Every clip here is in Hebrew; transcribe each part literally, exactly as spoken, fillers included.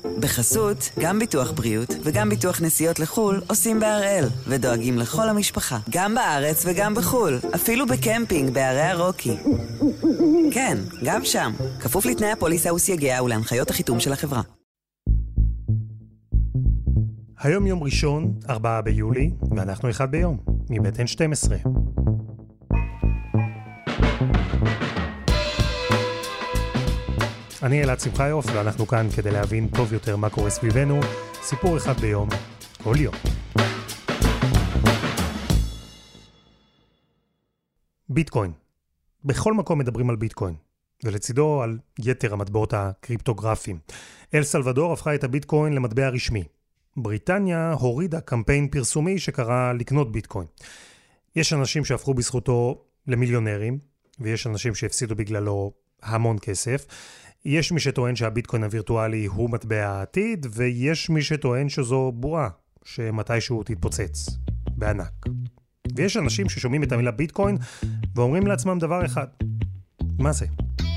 בחסות, גם ביטוח בריאות וגם ביטוח נסיעות לחול עושים בהראל, ודואגים לכל המשפחה, גם בארץ וגם בחול, אפילו בקמפינג בערי הרוקי. כן, גם שם, כפוף לתנאי הפוליסה וסייגיה ולהנחיות החיתום של החברה. היום יום ראשון, ארבעה ביולי, ואנחנו אחד ביום, מבית אן שתים עשרה. אני אלעד שמחיוף, ואנחנו כאן כדי להבין טוב יותר מה קורה סביבנו, סיפור אחד ביום, כל יום. ביטקוין. בכל מקום מדברים על ביטקוין, ולצידו על יתר המטבעות הקריפטוגרפיים. אל סלבדור הפכה את הביטקוין למטבע רשמי. בריטניה הורידה קמפיין פרסומי שקרא לקנות ביטקוין. יש אנשים שהפכו בזכותו למיליונרים, ויש אנשים שהפסידו בגללו המון כסף. יש מי שטוען שהביטקוין הווירטואלי הוא מטבע העתיד, ויש מי שטוען שזו בועה, שמתישהו תתפוצץ, בענק. ויש אנשים ששומעים את המילה ביטקוין, ואומרים לעצמם דבר אחד. מה זה?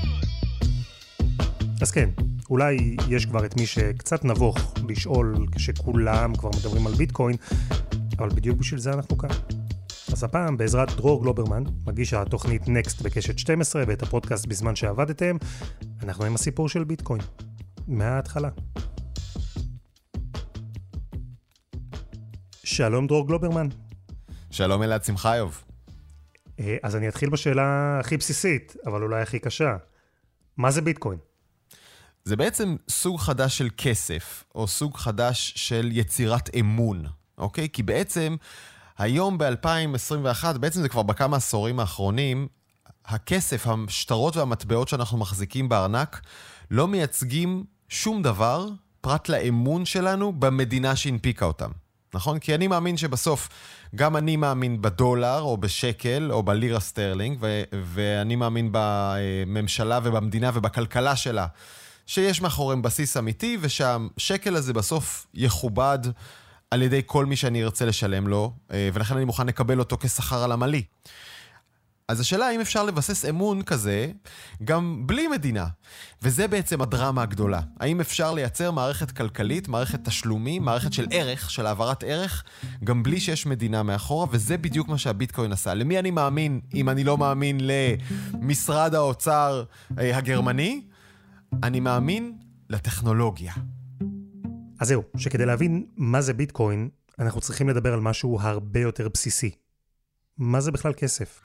אז כן, אולי יש כבר את מי שקצת נבוך לשאול כשכולם כבר מדברים על ביטקוין, אבל בדיוק בשביל זה אנחנו כאן. אז הפעם, בעזרת דרור גלוברמן, מגיש התוכנית נקסט בקשת שתים עשרה ואת הפודקאסט בזמן שעבדתם, אנחנו עם הסיפור של ביטקוין. מההתחלה. שלום דרור גלוברמן. שלום אלעד שמחיוף. אז אני אתחיל בשאלה הכי בסיסית, אבל אולי הכי קשה. מה זה ביטקוין? זה בעצם סוג חדש של כסף, או סוג חדש של יצירת אמון, אוקיי? כי בעצם היום ב-אלפיים עשרים ואחת, בעצם זה כבר בכמה עשורים האחרונים, הכסף, השטרות והמטבעות שאנחנו מחזיקים בארנק, לא מייצגים שום דבר פרט לאמון שלנו במדינה שהנפיקה אותם. נכון? כי אני מאמין שבסוף, גם אני מאמין בדולר או בשקל או בלירה סטרלינג, ו- ואני מאמין בממשלה ובמדינה ובכלכלה שלה, שיש מאחוריהם בסיס אמיתי, ושהשקל הזה בסוף יכובד על ידי כל מי שאני ארצה לשלם לו, ולכן אני מוכן לקבל אותו כשכר על עמלי. אז השאלה האם אפשר לבסס אמון כזה גם בלי מדינה, וזה בעצם הדרמה הגדולה. האם אפשר לייצר מערכת כלכלית, מערכת תשלומים, מערכת של ערך, של העברת ערך, גם בלי שיש מדינה מאחורה, וזה בדיוק מה שהביטקוין עשה. למי אני מאמין אם אני לא מאמין למשרד האוצר הגרמני? אני מאמין לטכנולוגיה. אז זהו, שכדי להבין מה זה ביטקוין, אנחנו צריכים לדבר על משהו הרבה יותר בסיסי. מה זה בכלל כסף?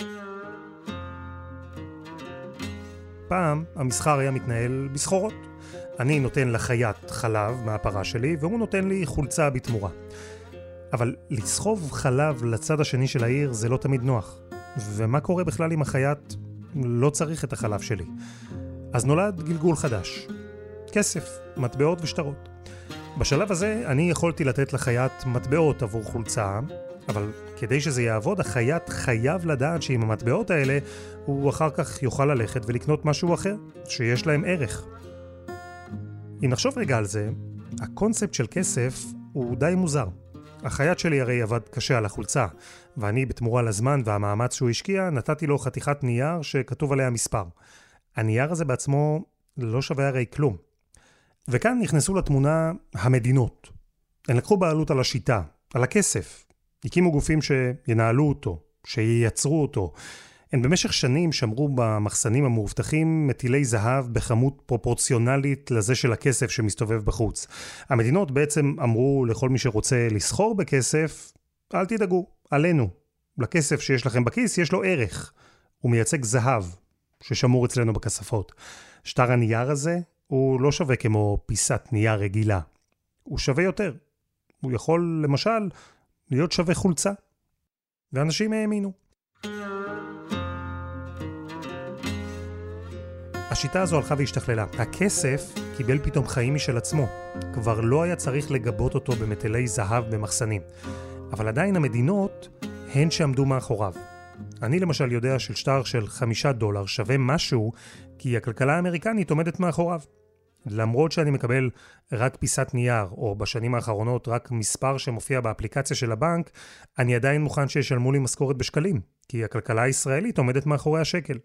פעם המסחר היה מתנהל בסחורות. אני נותן לחייט חלב מהפרה שלי, והוא נותן לי חולצה בתמורה. אבל לסחוב חלב לצד השני של העיר זה לא תמיד נוח. ומה קורה בכלל אם החייט לא צריך את החלב שלי? אז נולד גלגול חדש. כסף, מטבעות ושטרות. בשלב הזה אני יכולתי לתת לחייט מטבעות עבור חולצה, אבל כדי שזה יעבוד, החייט חייב לדעת שעם המטבעות האלה הוא אחר כך יוכל ללכת ולקנות משהו אחר, שיש להם ערך. אם נחשוב רגע על זה, הקונספט של כסף הוא די מוזר. החייט שלי הרי עבד קשה על החולצה, ואני בתמורה לזמן והמאמץ שהוא השקיע, נתתי לו חתיכת נייר שכתוב עליה מספר. הנייר הזה בעצמו לא שווה הרי כלום. וכאן נכנסו לתמונה המדינות. הן לקחו בעלות על השיטה, על הכסף. הקימו גופים שינהלו אותו, שייצרו אותו. הן במשך שנים שמרו במחסנים המאובטחים מטילי זהב בכמות פרופורציונלית לזה של הכסף שמסתובב בחוץ. המדינות בעצם אמרו לכל מי שרוצה לסחור בכסף, אל תדאגו, עלינו. לכסף שיש לכם בכיס יש לו ערך. הוא מייצג זהב ששמור אצלנו בכספות. שטר הנייר הזה הוא לא שווה כמו פיסת נייר רגילה. הוא שווה יותר. הוא יכול, למשל, להיות שווה חולצה. ואנשים האמינו. השיטה הזו הלכה והשתכללה. הכסף קיבל פתאום חיים משל עצמו. כבר לא היה צריך לגבות אותו במטלי זהב במחסנים. אבל עדיין המדינות הן שעמדו מאחוריו. אני למשל יודע של שטר של חמישה דולר שווה משהו, כי הכלכלה האמריקנית עומדת מאחוריו. למרות שאני מקבל רק פיסת נייר, או בשנים האחרונות רק מספר שמופיע באפליקציה של הבנק, אני עדיין מוכן שישלמו לי משכורת בשקלים, כי הכלכלה הישראלית עומדת מאחורי השקל.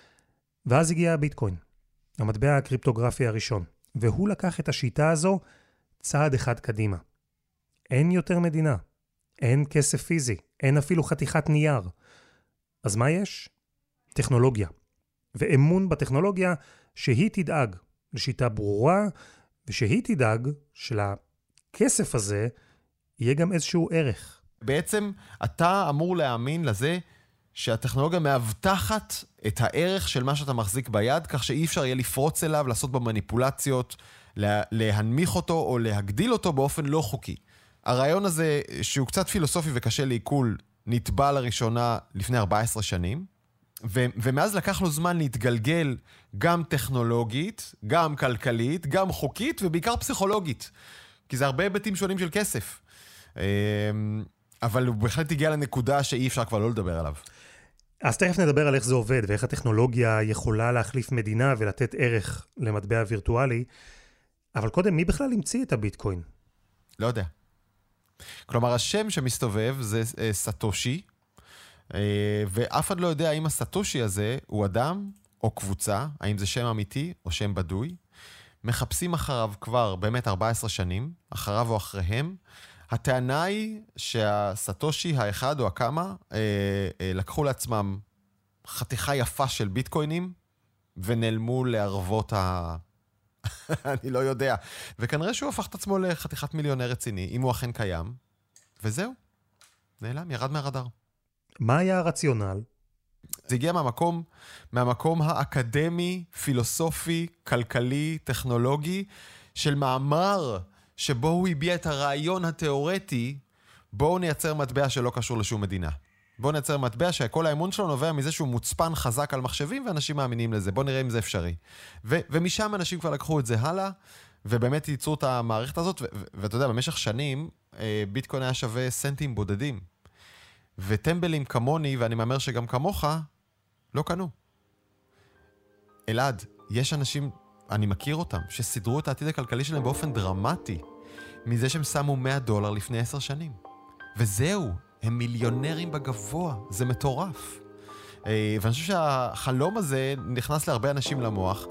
ואז הגיע הביטקוין, המטבע הקריפטוגרפי הראשון, והוא לקח את השיטה הזו צעד אחד קדימה. אין יותר מדינה, אין כסף פיזי, אין אפילו חתיכת נייר. אז מה יש? טכנולוגיה. ואמון בטכנולוגיה שהיא תדאג לשיטה ברורה, ושהיא תדאג שלכסף הזה יהיה גם איזשהו ערך. בעצם אתה אמור להאמין לזה שהטכנולוגיה מאבטחת את הערך של מה שאתה מחזיק ביד, כך שאי אפשר יהיה לפרוץ אליו, לעשות בו מניפולציות, להנמיך אותו או להגדיל אותו באופן לא חוקי. הרעיון הזה, שהוא קצת פילוסופי וקשה לעיכול, נטבע לראשונה לפני ארבע עשרה שנים, ו- ומאז לקח לו זמן להתגלגל גם טכנולוגית, גם כלכלית, גם חוקית ובעיקר פסיכולוגית. כי זה הרבה היבטים שונים של כסף. אבל הוא בהחלט הגיע לנקודה שאי אפשר כבר לא לדבר עליו. אז תכף נדבר על איך זה עובד, ואיך הטכנולוגיה יכולה להחליף מדינה ולתת ערך למטבע וירטואלי. אבל קודם, מי בכלל המציא את הביטקוין? לא יודע. כלומר, השם שמסתובב זה סטושי, ואף אחד לא יודע האם הסטושי הזה הוא אדם או קבוצה, האם זה שם אמיתי או שם בדוי. מחפשים אחריו כבר באמת ארבע עשרה שנים, אחריו או אחריהם. הטענה היא שהסטושי האחד או הכמה אה, אה, לקחו לעצמם חתיכה יפה של ביטקוינים ונעלמו לערבות ה... אני לא יודע. וכנראה שהוא הפך את עצמו לחתיכת מיליונר רציני, אם הוא אכן קיים. וזהו. נעלם, ירד מהרדאר. מה היה הרציונל? זה הגיע מהמקום, מהמקום האקדמי, פילוסופי, כלכלי, טכנולוגי, של מאמר שבו הוא הביע את הרעיון התיאורטי, בואו נייצר מטבע שלא קשור לשום מדינה. בואו נייצר מטבע שכל האמון שלו נובע מזה שהוא מוצפן חזק על מחשבים, ואנשים מאמינים לזה. בואו נראה אם זה אפשרי. ו- ומשם אנשים כבר לקחו את זה הלאה, ובאמת ייצרו את המערכת הזאת, ו- ו- ואתה יודע, במשך שנים, ביטקוין היה שווה סנטים בודדים. וטמבלים כמוני, ואני מאמר שגם כמוך, לא קנו. אלעד, יש אנשים, אני מכיר אותם, שסידרו את העתיד הכלכלי שלהם באופן דרמטי, מזה שהם שמו מאה דולר לפני עשר שנים. וזהו, הם מיליונרים בגבוה, זה מטורף. ואני חושב שהחלום הזה נכנס להרבה אנשים למוח,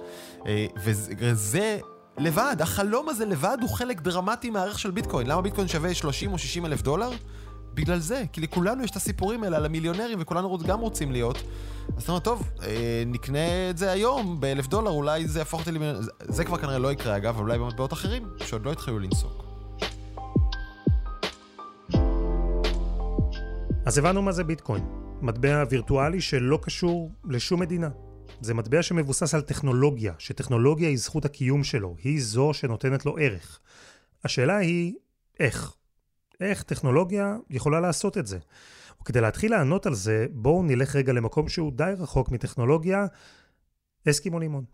וזה לבד, החלום הזה לבד הוא חלק דרמטי מהערך של ביטקוין. למה ביטקוין שווה שלושים או שישים אלף דולר? בגלל זה, כי לכולנו יש את הסיפורים האלה על המיליונרים, וכולנו גם רוצים להיות. אז אתה אומר, טוב, נקנה את זה היום באלף דולר, אולי זה יפוך אותי למיליונר. זה כבר כנראה לא יקרה, אגב, אבל אולי במטבעות אחרים, שעוד לא התחילו לנסוק. אז הבנו מה זה ביטקוין. מטבע וירטואלי שלא קשור לשום מדינה. זה מטבע שמבוסס על טכנולוגיה, שטכנולוגיה היא זכות הקיום שלו, היא זו שנותנת לו ערך. השאלה היא, איך? איך טכנולוגיה יכולה לעשות את זה? וכדי להתחיל לענות על זה, בואו נלך רגע למקום שהוא די רחוק מטכנולוגיה, אסקימו לימון.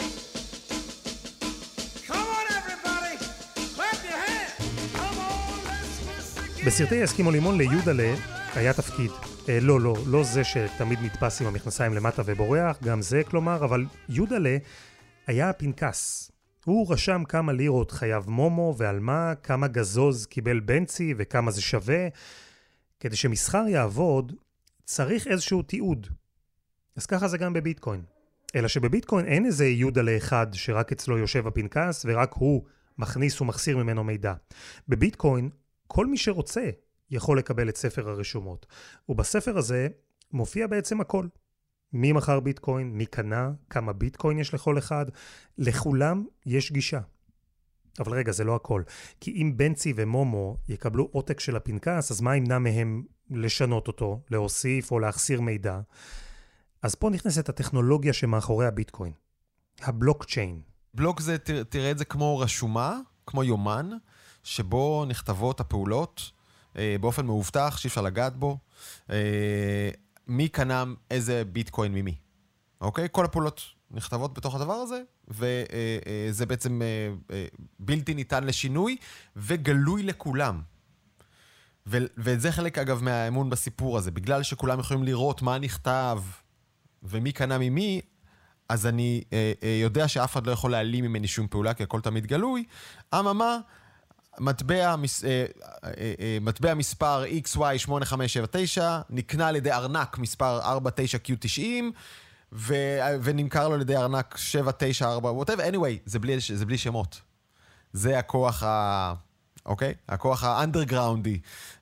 בסרטי אסקימו לימון ליודלה היה תפקיד. אה, לא, לא, לא זה שתמיד נתפס עם המכנסיים למטה ובורח, גם זה כלומר, אבל יודלה היה הפנקס. הוא רשם כמה לירות חייב מומו ועל מה, כמה גזוז קיבל בנצי וכמה זה שווה. כדי שמסחר יעבוד, צריך איזשהו תיעוד. אז ככה זה גם בביטקוין. אלא שבביטקוין אין איזה יודלה אחד שרק אצלו יושב הפנקס ורק הוא מכניס ומחסיר ממנו מידע. בביטקוין, כל מי שרוצה יכול לקבל את ספר הרשומות. ובספר הזה מופיע בעצם הכל. מי מכר ביטקוין, מי קנה, כמה ביטקוין יש לכל אחד, לכולם יש גישה. אבל רגע, זה לא הכל. כי אם בנצי ומומו יקבלו עותק של הפנקס, אז מה ימנע מהם לשנות אותו, להוסיף או להחסיר מידע? אז פה נכנסת הטכנולוגיה שמאחורי הביטקוין. הבלוקצ'יין. בלוק זה, תראה את זה כמו רשומה, כמו יומן, שבו נכתבות הפעולות אה, באופן מאובטח, שאי אפשר לגעת בו. אה, מי קנה איזה ביטקוין ממי. אוקיי? כל הפעולות נכתבות בתוך הדבר הזה, וזה בעצם בלתי ניתן לשינוי, וגלוי לכולם. וזה חלק, אגב, מהאמון בסיפור הזה. בגלל שכולם יכולים לראות מה נכתב, ומי קנה ממי, אז אני יודע שאף אחד לא יכול להעלים ממני שום פעולה, כי הכל תמיד גלוי. אממה, מטבע, מטבע מספר אקס וואי שמונה חמש שבע תשע נקנה על ידי ארנק מספר ארבע תשע קיו תשעים ו, ונמכר לו על ידי ארנק שבע תשע ארבע whatever. anyway, זה בלי, זה בלי שמות. זה הכוח ה... אוקיי? הכוח האנדרגראונדי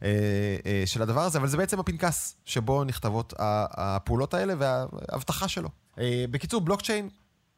של הדבר הזה, אבל זה בעצם הפנקס שבו נכתבות הפעולות האלה וההבטחה שלו. בקיצור, בלוקצ'יין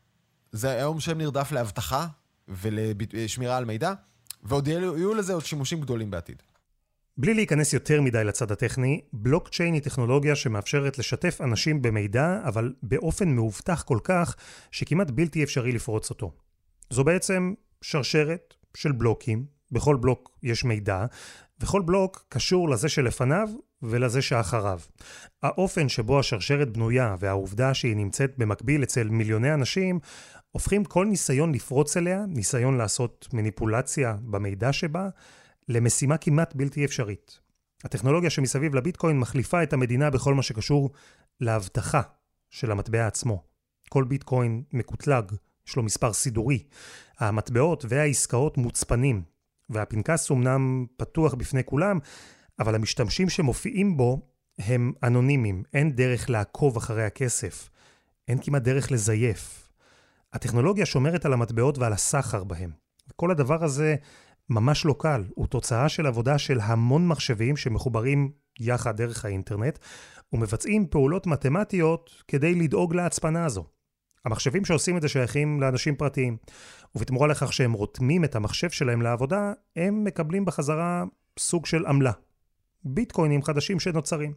זה היום שם נרדף להבטחה ולשמירה על מידע, ועוד יהיו לזה עוד שימושים גדולים בעתיד. בלי להיכנס יותר מדי לצד הטכני, בלוקצ'יין היא טכנולוגיה שמאפשרת לשתף אנשים במידע, אבל באופן מאובטח כל כך שכמעט בלתי אפשרי לפרוץ אותו. זו בעצם שרשרת של בלוקים, בכל בלוק יש מידע, וכל בלוק קשור לזה שלפניו ולזה שאחריו. האופן שבו השרשרת בנויה והעובדה שהיא נמצאת במקביל אצל מיליוני אנשים, הופכים כל ניסיון לפרוץ אליה, ניסיון לעשות מניפולציה במידע שבה, למשימה כמעט בלתי אפשרית. הטכנולוגיה שמסביב לביטקוין מחליפה את המדינה בכל מה שקשור להבטחה של המטבע עצמו. כל ביטקוין מקוטלג, יש לו מספר סידורי. המטבעות והעסקאות מוצפנים, והפנקס אומנם פתוח בפני כולם, אבל המשתמשים שמופיעים בו הם אנונימיים. אין דרך לעקוב אחרי הכסף. אין כמעט דרך לזייף. הטכנולוגיה שומרת על המטבעות ועל הסחר בהם. וכל הדבר הזה ממש לא קל. הוא תוצאה של עבודה של המון מחשבים שמחוברים יחד דרך האינטרנט, ומבצעים פעולות מתמטיות כדי לדאוג להצפנה הזו. המחשבים שעושים את זה שייכים לאנשים פרטיים, ובתמורה לכך שהם רותמים את המחשב שלהם לעבודה, הם מקבלים בחזרה סוג של עמלה. ביטקוינים חדשים שנוצרים.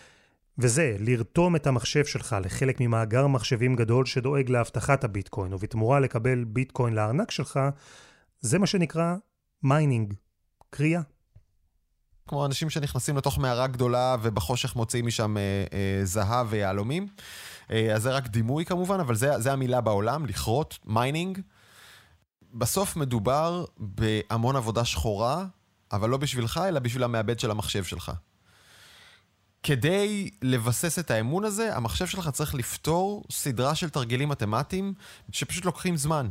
וזה, לרתום את המחשב שלך לחלק ממאגר מחשבים גדול שדואג להבטחת הביטקוין, ובתמורה לקבל ביטקוין לארנק שלך, זה מה שנקרא מיינינג, קריאה. כמו אנשים שנכנסים לתוך מערה גדולה ובחושך מוצאים משם אה, אה, זהב ויעלומים. אה, אז זה רק דימוי כמובן, אבל זה, זה המילה בעולם, לכרות, מיינינג. בסוף מדובר בהמון עבודה שחורה, אבל לא בשבילך, אלא בשביל המעבד של המחשב שלך. כדי לבסס את האמון הזה, המחשב שלך צריך לפתור סדרה של תרגילים מתמטיים שפשוט לוקחים זמן.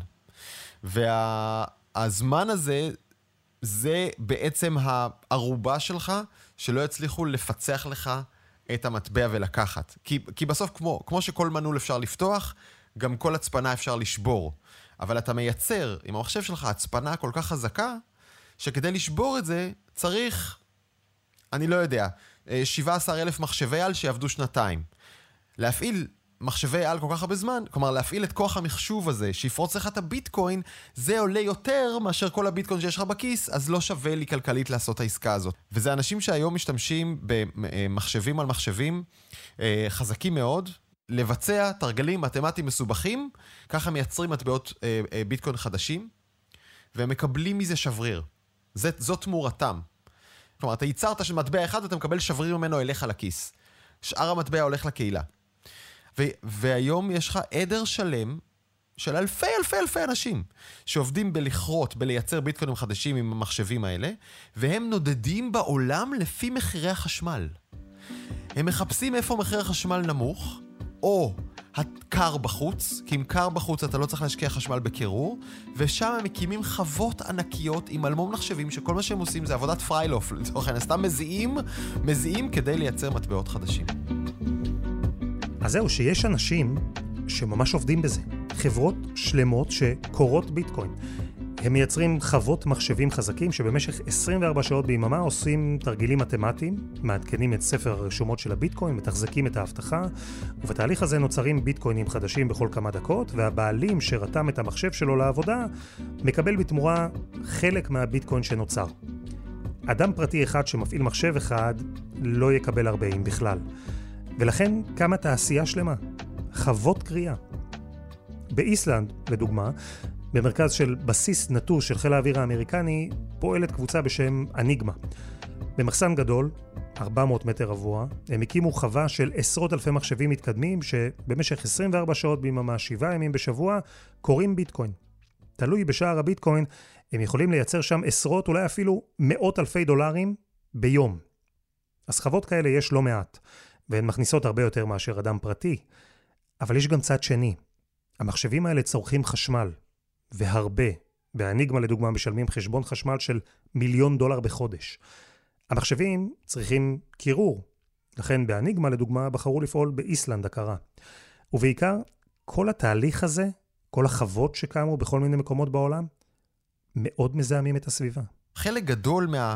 והזמן הזה, זה בעצם הערובה שלך, שלא יצליחו לפצח לך את המטבע ולקחת. כי, כי בסוף, כמו, כמו שכל מנעול אפשר לפתוח, גם כל הצפנה אפשר לשבור. אבל אתה מייצר עם המחשב שלך הצפנה כל כך חזקה, שכדי לשבור את זה צריך, אני לא יודע, שבעה עשר אלף מחשבי על שיעבדו שנתיים. להפעיל מחשבי על כל כך הרבה זמן, כלומר להפעיל את כוח המחשוב הזה, שיפרוץ לך את הביטקוין, זה עולה יותר מאשר כל הביטקוין שיש לך בכיס, אז לא שווה לי כלכלית לעשות את העסקה הזאת. וזה אנשים שהיום משתמשים במחשבים על מחשבים חזקים מאוד, לבצע תרגלים מתמטיים מסובכים, ככה מייצרים מטבעות ביטקוין חדשים, והם מקבלים מזה שבריר. זאת, זאת תמורתם. כלומר, אתה ייצרת של מטבע אחד ואתה מקבל שבריר ממנו אליך לכיס. שאר המטבע הולך לקהילה. ו- והיום יש לך עדר שלם של אלפי אלפי אלפי אנשים שעובדים בלכרות, בלייצר ביטקוינים חדשים עם המחשבים האלה, והם נודדים בעולם לפי מחירי החשמל. הם מחפשים איפה מחיר החשמל נמוך, או הקר בחוץ, כי אם קר בחוץ אתה לא צריך להשקיע חשמל בקירור, ושם הם מקימים חוות ענקיות עם אלמום מחשבים שכל מה שהם עושים זה עבודת פריילוף, לצורך סתם מזיעים, מזיעים כדי לייצר מטבעות חדשים. אז זהו, שיש אנשים שממש עובדים בזה. חברות שלמות שקורות ביטקוין. הם מייצרים חוות מחשבים חזקים שבמשך עשרים וארבע שעות ביממה עושים תרגילים מתמטיים, מעדכנים את ספר הרשומות של הביטקוין, מתחזקים את ההבטחה, ובתהליך הזה נוצרים ביטקוינים חדשים בכל כמה דקות, והבעלים שרתם את המחשב שלו לעבודה מקבל בתמורה חלק מהביטקוין שנוצר. אדם פרטי אחד שמפעיל מחשב אחד לא יקבל הרבה אם בכלל. ולכן קמה תעשייה שלמה, חוות קריאה. באיסלנד, לדוגמה, במרכז של בסיס נטוש של חיל האוויר האמריקני, פועלת קבוצה בשם אניגמה. במחסן גדול, ארבע מאות מטר רבוע, הם הקימו חווה של עשרות אלפי מחשבים מתקדמים שבמשך עשרים וארבע שעות ביממה, שבעה ימים בשבוע, קוראים ביטקוין. תלוי בשער הביטקוין, הם יכולים לייצר שם עשרות, אולי אפילו מאות אלפי דולרים ביום. אז חוות כאלה יש לא מעט, והן מכניסות הרבה יותר מאשר אדם פרטי. אבל יש גם צד שני. המחשבים האלה צורכים חשמל, והרבה. והאניגמה לדוגמה משלמים חשבון חשמל של מיליון דולר בחודש. המחשבים צריכים קירור. לכן באניגמה לדוגמה בחרו לפעול באיסלנד הקרה. ובעיקר, כל התהליך הזה, כל החוות שקמו בכל מיני מקומות בעולם, מאוד מזהמים את הסביבה. חלק גדול מה...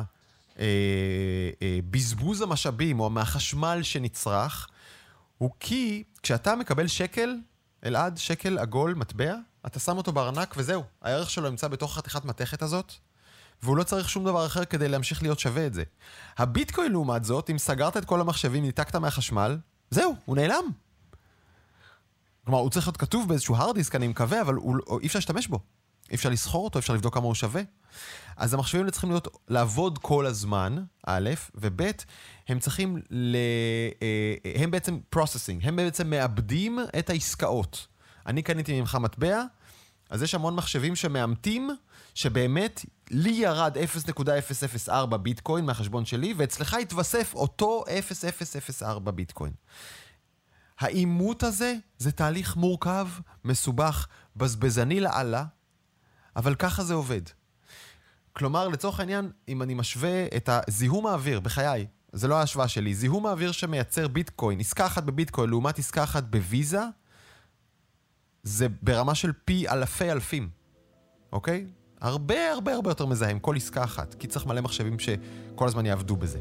בזבוז המשאבים או מהחשמל שנצרך, הוא כי כשאתה מקבל שקל, אלעד, שקל עגול, מטבע, אתה שם אותו בארנק וזהו. הערך שלו נמצא בתוך חתיכת מתכת הזאת, והוא לא צריך שום דבר אחר כדי להמשיך להיות שווה את זה. הביטקוין לעומת זאת, אם סגרת את כל המחשבים, ניתקת מהחשמל, זהו, הוא נעלם. כלומר, הוא צריך להיות כתוב באיזשהו הרדיסק, אני מקווה, אבל הוא, אי אפשר להשתמש בו. אי אפשר לסחור אותו, אפשר לבדוק כמה הוא שווה. אז המחשבים צריכים להיות, לעבוד כל הזמן, א', וב', הם צריכים, ל, הם בעצם processing, הם בעצם מאבדים את העסקאות. אני קניתי ממך מטבע, אז יש המון מחשבים שמאמתים, שבאמת לי ירד אפס נקודה אפס אפס ארבע ביטקוין מהחשבון שלי, ואצלך התווסף אותו אפס נקודה אפס אפס ארבע ביטקוין. האימות הזה זה תהליך מורכב, מסובך, בזבזני לעלה, אבל ככה זה עובד. כלומר, לצורך העניין, אם אני משווה את הזיהום האוויר בחיי, זה לא ההשוואה שלי, זיהום האוויר שמייצר ביטקוין, עסקה אחת בביטקוין לעומת עסקה אחת בוויזה, זה ברמה של פי אלפי אלפים. אוקיי? הרבה הרבה הרבה יותר מזהם, כל עסקה אחת, כי צריך מלא מחשבים שכל הזמן יעבדו בזה.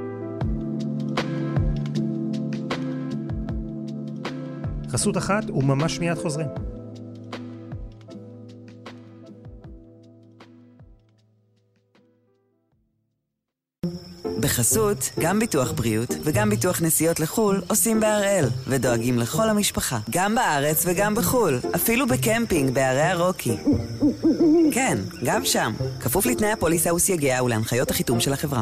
חסות אחת וממש מיד חוזרים. בחסות, גם ביטוח בריאות וגם ביטוח נסיעות לחול עושים בהראל ודואגים לכל המשפחה, גם בארץ וגם בחול, אפילו בקמפינג בערי הרוקי. כן, גם שם, כפוף לתנאי הפוליסה וסייגיה ולהנחיות החיתום של החברה.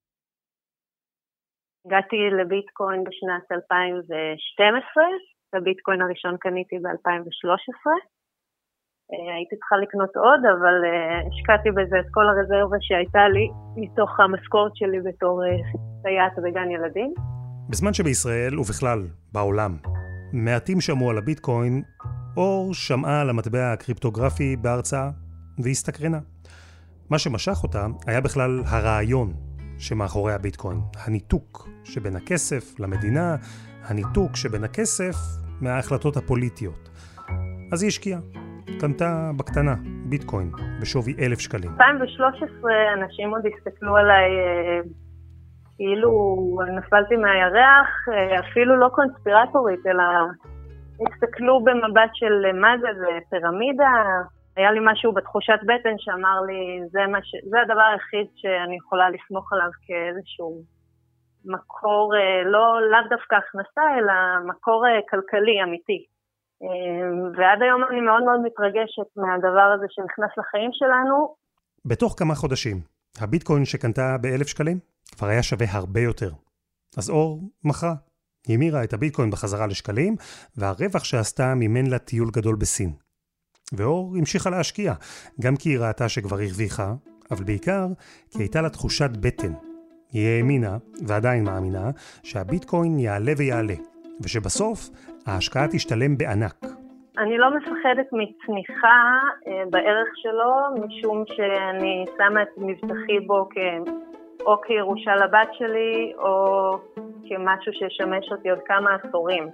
הגעתי לביטקוין בשנת אלפיים ושתים עשרה, את הביטקוין הראשון קניתי ב-אלפיים ושלוש עשרה. הייתי צריכה לקנות עוד, אבל השקעתי בזה את כל הרזרבה שהייתה לי מתוך המשכורת שלי בתור סייעת בגן ילדים. בזמן שבישראל ובכלל בעולם מעטים שמעו על הביטקוין, אור שמעה על המטבע הקריפטוגרפי בהרצאה והסתקרנה. מה שמשך אותה היה בכלל הרעיון שמאחורי הביטקוין, הניתוק שבין הכסף למדינה, הניתוק שבין הכסף מההחלטות הפוליטיות. אז היא השקיעה. קנתה בקטנה, ביטקוין, בשווי אלף שקלים. אלפיים ושלוש עשרה אנשים עוד הסתכלו עליי, כאילו נפלתי מהירח, אפילו לא קונספירטורית, אלא הסתכלו במבט של מה זה, זה פירמידה. היה לי משהו בתחושת בטן שאמר לי, זה, ש... זה הדבר היחיד שאני יכולה לסמוך עליו כאיזשהו מקור, לא, לא דווקא הכנסה, אלא מקור כלכלי אמיתי. ועד היום אני מאוד מאוד מתרגשת מהדבר הזה שנכנס לחיים שלנו. בתוך כמה חודשים, הביטקוין שקנתה באלף שקלים כבר היה שווה הרבה יותר. אז אור מכרה. היא המירה את הביטקוין בחזרה לשקלים, והרווח שעשתה מימן לה טיול גדול בסין. ואור המשיכה להשקיע, גם כי היא ראתה שכבר הרוויחה, אבל בעיקר כי הייתה לה תחושת בטן. היא האמינה, ועדיין מאמינה, שהביטקוין יעלה ויעלה, ושבסוף ההשקעה תשתלם בענק. אני לא מפחדת מצניחה בערך שלו, משום שאני שמה את מבטחי בו כ... או כירושה לבת שלי, או כמשהו שישמש אותי עוד כמה עשורים.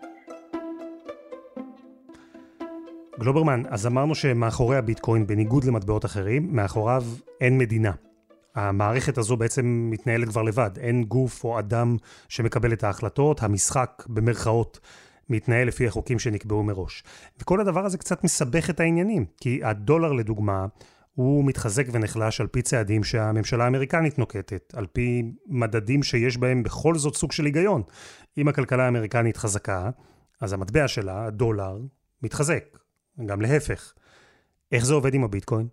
גלוברמן, אז אמרנו שמאחורי הביטקוין, בניגוד למטבעות אחרים, מאחוריו אין מדינה. המערכת הזו בעצם מתנהלת כבר לבד. אין גוף או אדם שמקבל את ההחלטות. המשחק, במרכאות, מתנהל לפי החוקים שנקבעו מראש. וכל הדבר הזה קצת מסבך את העניינים, כי הדולר לדוגמה, הוא מתחזק ונחלש על פי צעדים שהממשלה האמריקנית נוקטת, על פי מדדים שיש בהם בכל זאת סוג של היגיון. אם הכלכלה האמריקנית חזקה, אז המטבע שלה, הדולר, מתחזק. גם להפך. איך זה עובד עם הביטקוין?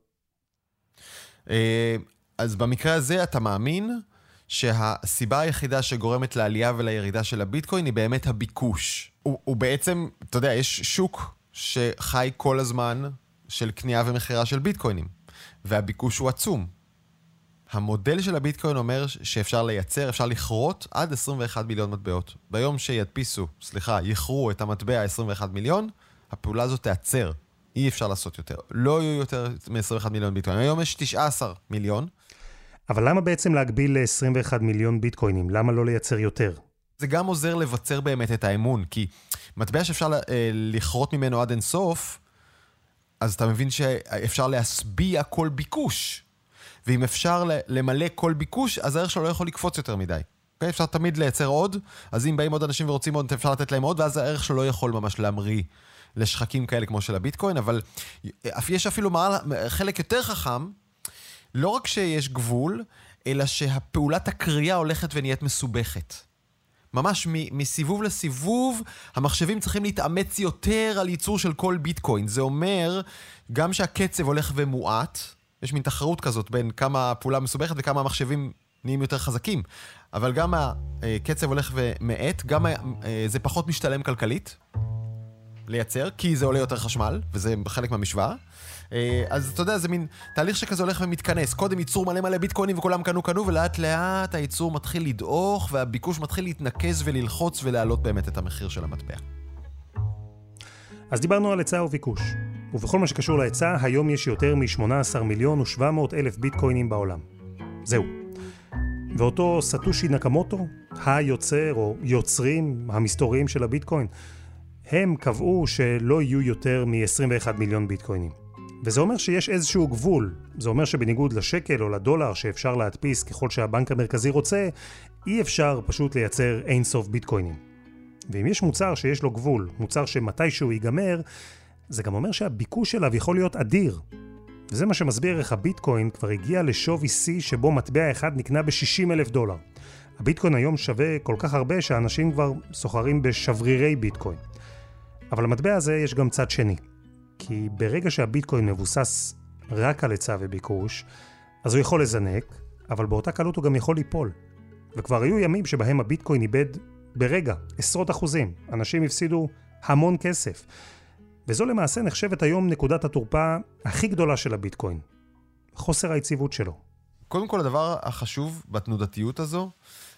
אז במקרה הזה אתה מאמין שהסיבה היחידה שגורמת לעלייה ולירידה של הביטקוין היא באמת הביקוש. הוא, הוא בעצם, אתה יודע, יש שוק שחי כל הזמן של קנייה ומחירה של ביטקוינים, והביקוש הוא עצום. המודל של הביטקוין אומר שאפשר לייצר, אפשר לכרות עד עשרים ואחד מיליון מטבעות. ביום שידפיסו, סליחה, יכרו את המטבע עשרים ואחד מיליון, הפעולה הזאת תעצר. אי אפשר לעשות יותר. לא יהיו יותר מ-עשרים ואחד מיליון ביטקוין. היום יש תשעה עשר מיליון. אבל למה בעצם להגביל ל-עשרים ואחד מיליון ביטקוינים? למה לא לייצר יותר? זה גם עוזר לבצר באמת את האמון, כי מטבע שאפשר לכרות ממנו עד אינסוף, אז אתה מבין שאפשר להסביע כל ביקוש. ואם אפשר למלא כל ביקוש, אז הערך שלו לא יכול לקפוץ יותר מדי. Okay? אפשר תמיד לייצר עוד, אז אם באים עוד אנשים ורוצים עוד, אפשר לתת להם עוד, ואז הערך שלו לא יכול ממש להמריא לשחקים כאלה כמו של הביטקוין, אבל יש אפילו חלק יותר חכם, לא רק שיש גבול, אלא שהפעולת הקריאה הולכת ונהיית מסובכת. ממש מסיבוב לסיבוב, המחשבים צריכים להתאמץ יותר על ייצור של כל ביטקוין. זה אומר, גם שהקצב הולך ומועט, יש מין תחרות כזאת בין כמה הפעולה מסובכת וכמה המחשבים נהיים יותר חזקים. אבל גם הקצב הולך ומעט, גם זה פחות משתלם כלכלית לייצר, כי זה עולה יותר חשמל, וזה חלק מהמשוואה. אז אתה יודע, זה מין תהליך שכזה הולך ומתכנס. קודם ייצור מלא מלא ביטקוינים וכולם קנו קנו, ולאט לאט הייצור מתחיל לדעוך, והביקוש מתחיל להתנקז וללחוץ ולהעלות באמת את המחיר של המטבע. אז דיברנו על היצע וביקוש. ובכל מה שקשור להיצע, היום יש יותר מ-שמונה עשר מיליון ושבע מאות אלף ביטקוינים בעולם. זהו. ואותו סטושי נקמוטו, היוצר או יוצרים המסתוריים של הביטקוין, הם קבעו שלא יהיו יותר מ-עשרים ואחד מיליון ביטקוינים. וזה אומר שיש איזשהו גבול. זה אומר שבניגוד לשקל או לדולר שאפשר להדפיס ככל שהבנק המרכזי רוצה, אי אפשר פשוט לייצר אינסוף ביטקוינים. ואם יש מוצר שיש לו גבול, מוצר שמתישהו ייגמר, זה גם אומר שהביקוש אליו יכול להיות אדיר. וזה מה שמסביר איך הביטקוין כבר הגיע לשווי C שבו מטבע אחד נקנה ב-שישים אלף דולר. הביטקוין היום שווה כל כך הרבה שאנשים כבר סוחרים בשברירי ביטקוין. אבל למטבע הזה יש גם צד שני. כי ברגע שהביטקוין מבוסס רק על היצע וביקוש, אז הוא יכול לזנק, אבל באותה קלות הוא גם יכול ליפול. וכבר היו ימים שבהם הביטקוין איבד ברגע עשרות אחוזים. אנשים הפסידו המון כסף. וזו למעשה נחשבת היום נקודת התורפה הכי גדולה של הביטקוין. חוסר היציבות שלו. קודם כל, הדבר החשוב בתנודתיות הזו,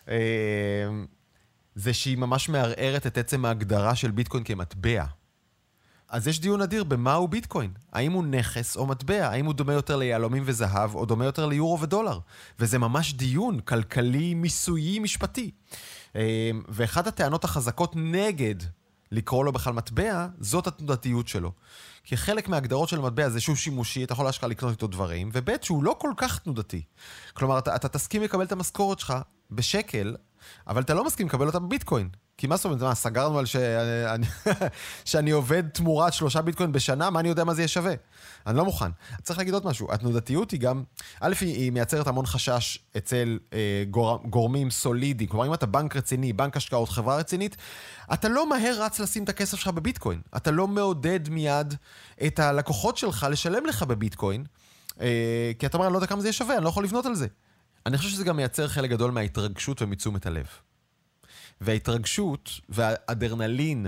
זה שהיא ממש מערערת את עצם ההגדרה של ביטקוין כמטבע. אז יש דיון אדיר במה הוא ביטקוין. האם הוא נכס או מטבע? האם הוא דומה יותר ליהלומים וזהב או דומה יותר ליורו ודולר? וזה ממש דיון כלכלי, מיסויי, משפטי. ואחת הטענות החזקות נגד לקרוא לו בכלל מטבע, זאת התנודתיות שלו. כי חלק מההגדרות של מטבע זה שהוא שימושי, אתה יכול להשקע לקנות איתו דברים, ובית שהוא לא כל כך תנודתי. כלומר, אתה, אתה תסכים לקבל את המשכורת שלך בשקל, אבל אתה לא מסכים לקבל אותה בביטקוין. כי מה זאת אומרת, מה, סגרנו על שאני, שאני עובד תמורת שלושה ביטקוין בשנה, מה אני יודע מה זה יהיה שווה? אני לא מוכן. צריך להגיד עוד משהו, התנודתיות היא גם, א', היא מייצרת המון חשש אצל אה, גור, גורמים סולידיים, כלומר, אם אתה בנק רציני, בנק השקעות, חברה רצינית, אתה לא מהר רץ לשים את הכסף שלך בביטקוין. אתה לא מעודד מיד את הלקוחות שלך לשלם לך בביטקוין, אה, כי אתה אומר, אני לא יודע כמה זה יהיה שווה, אני לא יכול לבנות על זה. אני חושב שזה גם מייצר חלק גדול מההתרגשות ומתשומת הלב. וההתרגשות והאדרנלין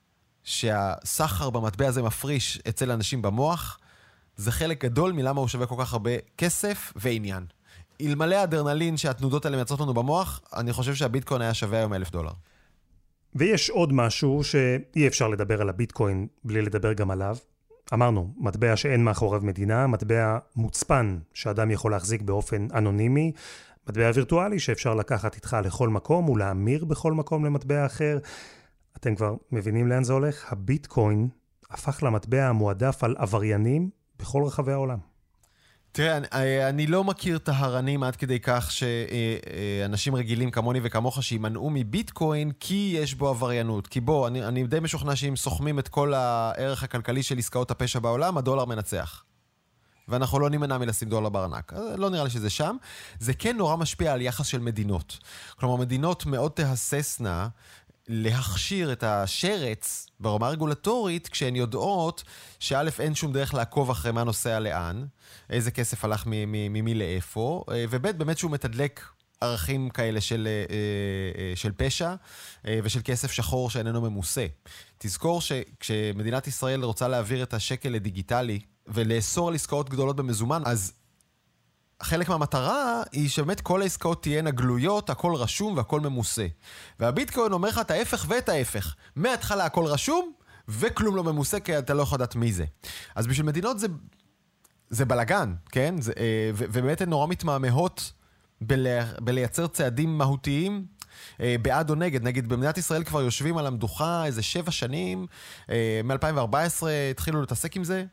שהסחר במטבע הזה מפריש אצל אנשים במוח, זה חלק גדול מלמה הוא שווה כל כך הרבה כסף ועניין. אלמלא האדרנלין שהתנודות האלה מייצרות לנו במוח, אני חושב שהביטקוין היה שווה היום אלף דולר. ויש עוד משהו שאי אפשר לדבר על הביטקוין בלי לדבר גם עליו. אמרנו, מטבע שאין מאחוריו מדינה, מטבע מוצפן שאדם יכול להחזיק באופן אנונימי, מטבע וירטואלי שאפשר לקחת איתך לכל מקום ולהמיר בכל מקום למטבע אחר. אתם כבר מבינים לאן זה הולך? הביטקוין הפך למטבע המועדף על עבריינים בכל רחבי העולם. תראה, אני, אני לא מכיר טהרנים עד כדי כך שאנשים רגילים כמוני וכמוך שימנעו מביטקוין כי יש בו עבריינות. כי בוא, אני, אני די משוכנע שאם סוכמים את כל הערך הכלכלי של עסקאות הפשע בעולם, הדולר מנצח. ואנחנו לא נימנע מלשים דולר בארנק. לא נראה לי שזה שם. זה כן נורא משפיע על יחס של מדינות. כלומר, מדינות מאוד תהססנה להכשיר את השרץ ברמה רגולטורית, כשהן יודעות שא' אין שום דרך לעקוב אחרי מה נוסע לאן, איזה כסף הלך ממי לאיפה, וב' באמת שהוא מתדלק ערכים כאלה של, של פשע ושל כסף שחור שאיננו ממוסה. תזכור שכשמדינת ישראל רוצה להעביר את השקל לדיגיטלי, ולאסור על עסקאות גדולות במזומן, אז חלק מהמטרה היא שבאמת כל העסקאות תהיינה גלויות, הכל רשום והכל ממוסה. והביטקוין אומר לך את ההפך ואת ההפך. מההתחלה הכל רשום, וכלום לא ממוסה, כי אתה לא יכול לדעת מי זה. אז בשביל מדינות זה, זה בלגן, כן? זה, ו, ובאמת הן נורא מתמהמהות בלי, בלייצר צעדים מהותיים, בעד או נגד. נגיד, במדינת ישראל כבר יושבים על המדוכה איזה שבע שנים, מ-אלפיים וארבע עשרה התחילו להתעסק עם זה,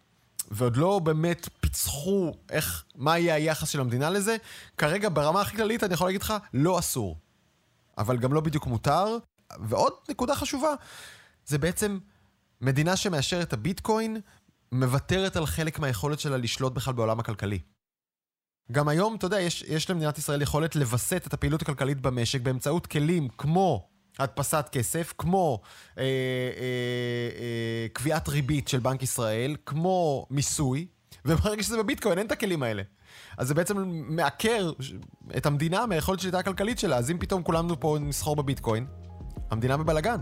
ועוד לא באמת פיצחו איך, מה יהיה היחס של המדינה לזה, כרגע ברמה הכי כללית אני יכול להגיד לך, לא אסור. אבל גם לא בדיוק מותר. ועוד נקודה חשובה, זה בעצם מדינה שמאשרת את הביטקוין, מוותרת על חלק מהיכולת שלה לשלוט בכלל בעולם הכלכלי. גם היום, אתה יודע, יש, יש למדינת ישראל יכולת לבסט את הפעילות הכלכלית במשק באמצעות כלים כמו הדפסת כסף, כמו אה, אה, אה, קביעת ריבית של בנק ישראל, כמו מיסוי, וברגע שזה בביטקוין אין את הכלים האלה. אז זה בעצם מעקר את המדינה מהיכולת שליטה הכלכלית שלה, אז אם פתאום כולנו פה נסחור בביטקוין, המדינה בבלגן.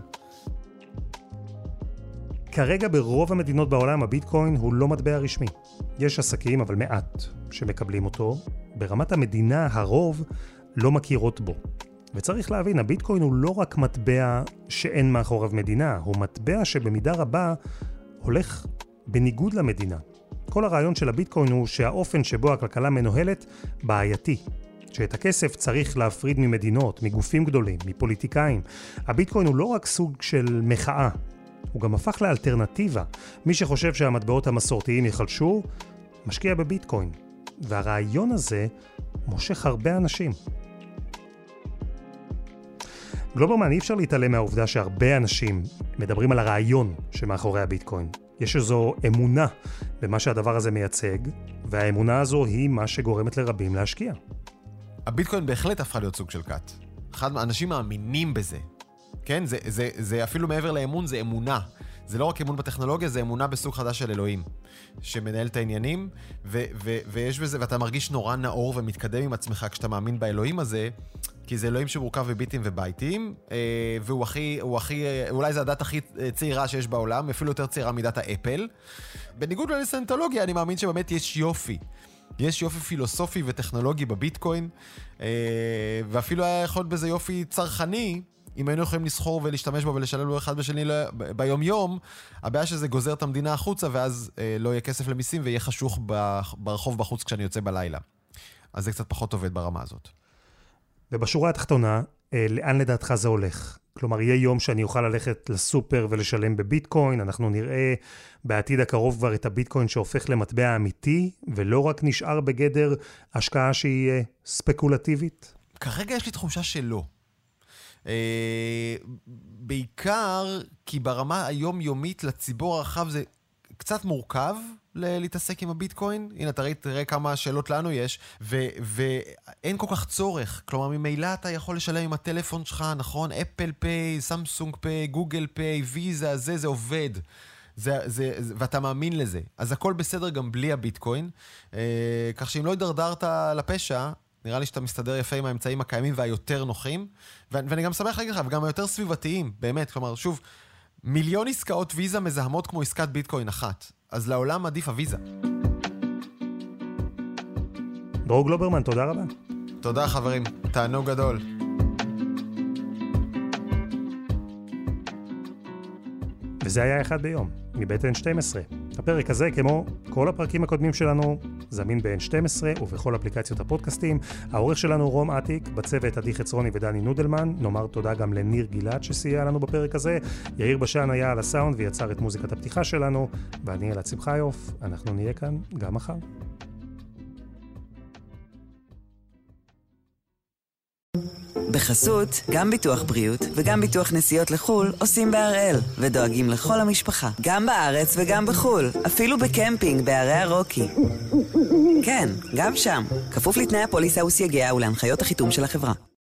כרגע ברוב המדינות בעולם הביטקוין הוא לא מטבע רשמי. יש עסקים, אבל מעט, שמקבלים אותו. ברמת המדינה הרוב לא מכירות בו. וצריך להבין, הביטקוין הוא לא רק מטבע שאין מאחוריו מדינה, הוא מטבע שבמידה רבה הולך בניגוד למדינה. כל הרעיון של הביטקוין הוא שהאופן שבו הכלכלה מנוהלת בעייתי. שאת הכסף צריך להפריד ממדינות, מגופים גדולים, מפוליטיקאים. הביטקוין הוא לא רק סוג של מחאה, הוא גם הפך לאלטרנטיבה. מי שחושב שהמטבעות המסורתיים יחלשו, משקיע בביטקוין. והרעיון הזה מושך הרבה אנשים. גלוברמן, אי אפשר להתעלם מהעובדה שהרבה אנשים מדברים על הרעיון שמאחורי הביטקוין. יש איזו אמונה במה שהדבר הזה מייצג, והאמונה הזו היא מה שגורמת לרבים להשקיע. הביטקוין בהחלט הפכה להיות סוג של קאט. אחד מהאנשים מאמינים בזה. כן? זה, זה, זה אפילו מעבר לאמון, זה אמונה. זה לא רק אמון בטכנולוגיה, זה אמונה בסוג חדש של אלוהים, שמנהל את העניינים, ו, ו, ויש בזה, ואתה מרגיש נורא נאור ומתקדם עם עצמך כשאתה מאמין באלוהים הזה, כי זה אלוהים שמורכב בביטים ובייטים, והוא הכי, הוא הכי, אולי זה הדת הכי צעירה שיש בעולם, אפילו יותר צעירה מדת האפל. בניגוד לסנטולוגיה, אני מאמין שבאמת יש יופי. יש יופי פילוסופי וטכנולוגי בביטקוין, ואפילו היה יכול בזה יופי צרכני, אם היינו יכולים לסחור ולהשתמש בו ולשלם לו אחד בשני ביום יום, הבעיה שזה גוזר את המדינה החוצה, ואז לא יהיה כסף למיסים ויהיה חשוך ברחוב בחוץ כשאני יוצא בלילה. אז זה קצת פחות עובד ברמה הזאת. ובשורה התחתונה, לאן לדעתך זה הולך? כלומר, יהיה יום שאני אוכל ללכת לסופר ולשלם בביטקוין, אנחנו נראה בעתיד הקרוב כבר את הביטקוין שהופך למטבע אמיתי, ולא רק נשאר בגדר השקעה שהיא ספקולטיבית? כרגע יש לי תחושה שלא. בעיקר כי ברמה היומיומית לציבור הרחב זה קצת מורכב להתעסק עם הביטקוין. הנה, תראה, תראה כמה שאלות לנו יש, ו- ואין כל כך צורך. כלומר, ממילא אתה יכול לשלם עם הטלפון שלך, נכון? אפל פיי, סמסונג פיי, גוגל פיי, ויזה, זה, זה עובד. זה, זה, זה, ואתה מאמין לזה. אז הכל בסדר גם בלי הביטקוין. אה, כך שאם לא ידרדרת לפשע, נראה לי שאתה מסתדר יפה עם האמצעים הקיימים והיותר נוחים. ו- ואני גם שמח להגיד לך, וגם היותר סביבתיים, באמת. כלומר, שוב, מיליון עסקאות ויזה מזהמות כמו עסקת ביטקוין אחת. אז לעולם עדיף הוויזה. דרור גלוברמן, תודה רבה. תודה חברים, תענוג גדול. וזה היה אחד ביום, מבית אן שתים עשרה. הפרק הזה, כמו כל הפרקים הקודמים שלנו, זמין ב-אן שתים עשרה ובכל אפליקציות הפודקאסטים. העורך שלנו רום עתיק, בצוות עדי חצרוני ודני נודלמן. נאמר תודה גם לניר גלעד שסייע לנו בפרק הזה. יאיר בשן היה על הסאונד ויצר את מוזיקת הפתיחה שלנו. ואני אלעד שמחיוף, אנחנו נהיה כאן גם מחר. בחסות, גם ביטוח בריאות וגם ביטוח נסיעות לחול עושים בהראל ודואגים לכל המשפחה, גם בארץ וגם בחול, אפילו בקמפינג בערי הרוקי. כן, גם שם, כפוף לתנאי הפוליסה וסייגיה ולהנחיות החיתום של החברה.